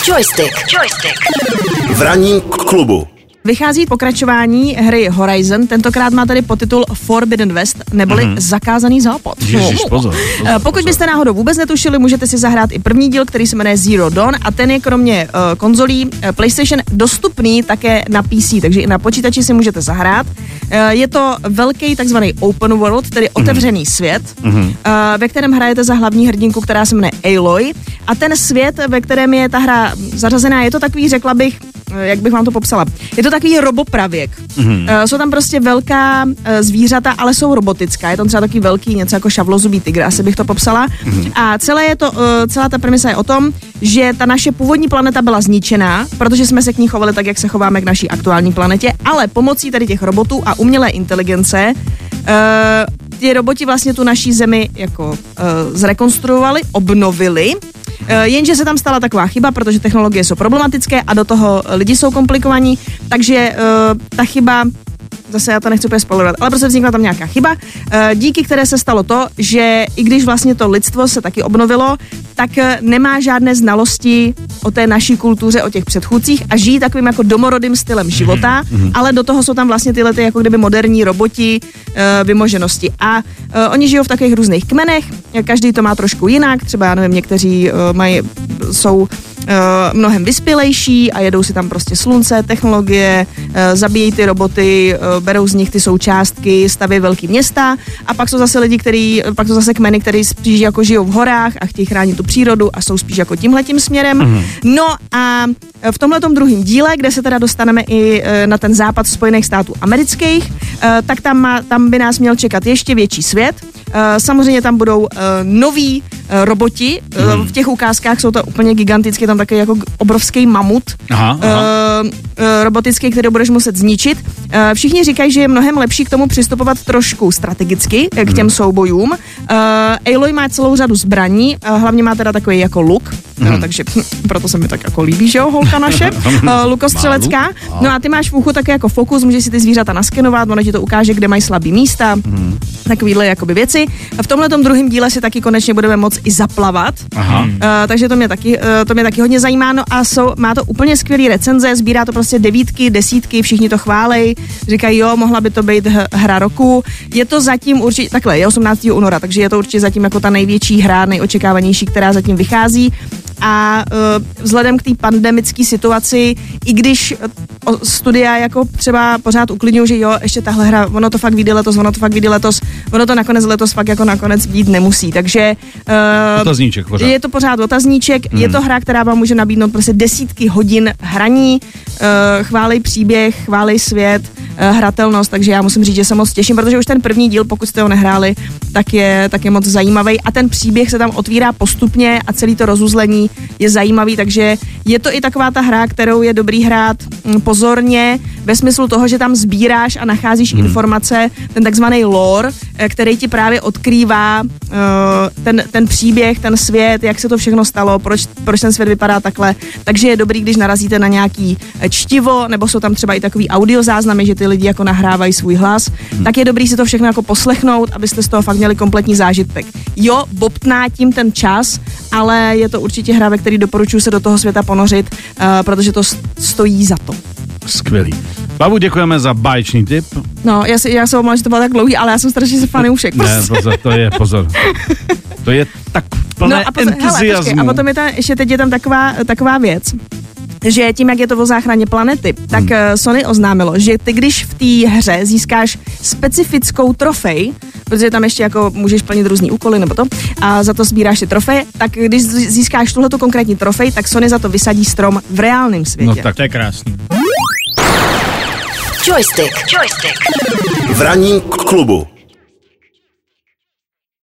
Joystick. V ranním klubu. Vychází pokračování hry Horizon, tentokrát má tady podtitul Forbidden West, neboli Zakázaný západ. Ježiš, pozor. Pokud byste náhodou vůbec netušili, můžete si zahrát i první díl, který se jmenuje Zero Dawn a ten je kromě konzolí PlayStation dostupný také na PC, takže i na počítači si můžete zahrát. Je to velký takzvaný open world, tedy otevřený svět, ve kterém hrajete za hlavní hrdinku, která se jmenuje Aloy a ten svět, ve kterém je ta hra zařazená, je to takový, řekla bych, jak bych vám to popsala. Je to takový robopravěk. Jsou tam prostě velká zvířata, ale jsou robotická. Je tam třeba takový velký, něco jako šavlozubý tygr, asi bych to popsala. A celá ta premisa je o tom, že ta naše původní planeta byla zničená, protože jsme se k ní chovali tak, jak se chováme k naší aktuální planetě, ale pomocí tady těch robotů a umělé inteligence ty roboti vlastně tu naší zemi jako zrekonstruovali, obnovili. Jenže se tam stala taková chyba, protože technologie jsou problematické a do toho lidi jsou komplikovaní, takže ta chyba, zase já to nechci úplně spoilerovat, ale prostě vznikla tam nějaká chyba, díky které se stalo to, že i když vlastně to lidstvo se taky obnovilo, tak nemá žádné znalosti o té naší kultuře, o těch předchůdcích a žijí takovým jako domorodým stylem života, ale do toho jsou tam vlastně tyhle ty jako kdyby moderní roboti, vymoženosti. A oni žijou v takových různých kmenech, každý to má trošku jinak, třeba já nevím, někteří jsou mnohem vyspělejší a jedou si tam prostě slunce, technologie, zabíjejí ty roboty, berou z nich ty součástky, staví velký města a pak jsou zase lidi, pak jsou zase kmeny, který spíš jako žijou v horách a chtějí chránit tu přírodu a jsou spíš jako tímhletím směrem. No a v tomhletom druhém díle, kde se teda dostaneme i na ten západ Spojených států amerických, tak tam by nás měl čekat ještě větší svět. Samozřejmě tam budou noví roboti, v těch ukázkách jsou to úplně gigantické, tam takový jako obrovský mamut robotický, který budeš muset zničit. Všichni říkají, že je mnohem lepší k tomu přistupovat trošku strategicky k těm soubojům. Aloy má celou řadu zbraní, hlavně má teda takový jako luk, takže proto se mi tak jako líbí, že jo, holka naše, lukostřelecká. No a ty máš v uchu také jako fokus, můžeš si ty zvířata naskenovat, ono ti to ukáže, kde mají slabý místa, takovýhle jakoby věci. V tomhletom druhém díle si taky konečně budeme moct i zaplavat, takže to mě taky hodně zajímá, no a má to úplně skvělý recenze, sbírá to prostě 9, 10, všichni to chválej, říkají, jo, mohla by to být hra roku. Je to zatím určitě, takhle, je 18. února, takže je to určitě zatím jako ta největší hra, nejočekávanější, která zatím vychází. A vzhledem k té pandemické situaci, i když studia jako třeba pořád uklidňují, že jo, ještě tahle hra, ono to fakt vyjde letos, ono to nakonec letos fakt jako nakonec být nemusí, takže otazníček pořád. Je to pořád otazníček, je to hra, která vám může nabídnout prostě desítky hodin hraní, chválej příběh, chválej svět, hratelnost, takže já musím říct, že se moc těším, protože už ten první díl, pokud jste ho nehráli, tak je moc zajímavý a ten příběh se tam otvírá postupně a celý to rozuzlení je zajímavý, takže je to i taková ta hra, kterou je dobrý hrát pozorně, ve smyslu toho, že tam sbíráš a nacházíš informace, ten takzvaný lore, který ti právě odkrývá ten příběh, ten svět, jak se to všechno stalo, proč ten svět vypadá takhle, takže je dobrý, když narazíte na nějaký čtivo, nebo jsou tam třeba i takový audiozáznamy, že ty lidi jako nahrávají svůj hlas, tak je dobrý si to všechno jako poslechnout, abyste z toho fakt měli kompletní zážitek. Jo, bobtná tím ten čas, ale je to určitě hra, ve který doporučuji se do toho světa ponořit, protože to stojí za to. Skvělý. Babu, děkujeme za báječný tip. No, já se omlouvám, že to bylo tak dlouhý, ale já jsem strašně se fanoušek. Ne, pozor. To je tak plné entuziasmu. A potom ještě teď je tam taková věc, že tím, jak je to o záchraně planety, tak Sony oznámilo, že ty, když v té hře získáš specifickou trofej, protože tam ještě jako můžeš plnit různý úkoly nebo to, a za to sbíráš ty trofeje, tak když získáš tuhleto konkrétní trofej, tak Sony za to vysadí strom v reálném světě. No tak to je krásný. Joystick. V ranním klubu.